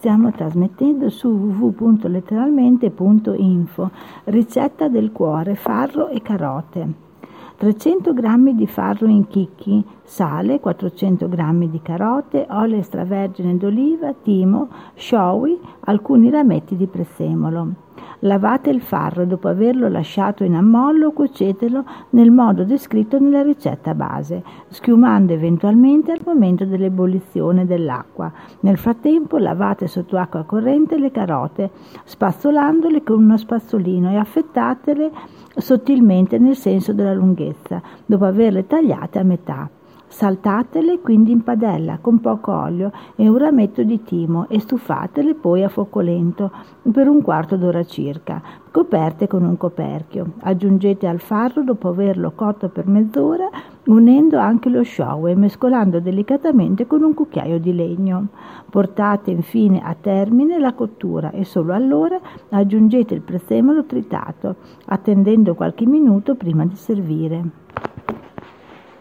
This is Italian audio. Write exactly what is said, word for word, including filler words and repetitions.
Stiamo trasmettendo su w w w punto letteralmente punto info. Ricetta del cuore, farro e carote. trecento grammi di farro in chicchi, sale, quattrocento grammi di carote, olio extravergine d'oliva, timo, showi, alcuni rametti di prezzemolo. Lavate il farro e dopo averlo lasciato in ammollo cuocetelo nel modo descritto nella ricetta base, schiumando eventualmente al momento dell'ebollizione dell'acqua. Nel frattempo lavate sotto acqua corrente le carote, spazzolandole con uno spazzolino e affettatele sottilmente nel senso della lunghezza, dopo averle tagliate a metà. Saltatele quindi in padella con poco olio e un rametto di timo e stufatele poi a fuoco lento per un quarto d'ora circa, coperte con un coperchio. Aggiungete al farro dopo averlo cotto per mezz'ora, unendo anche lo show e mescolando delicatamente con un cucchiaio di legno. Portate infine a termine la cottura e solo allora aggiungete il prezzemolo tritato, attendendo qualche minuto prima di servire.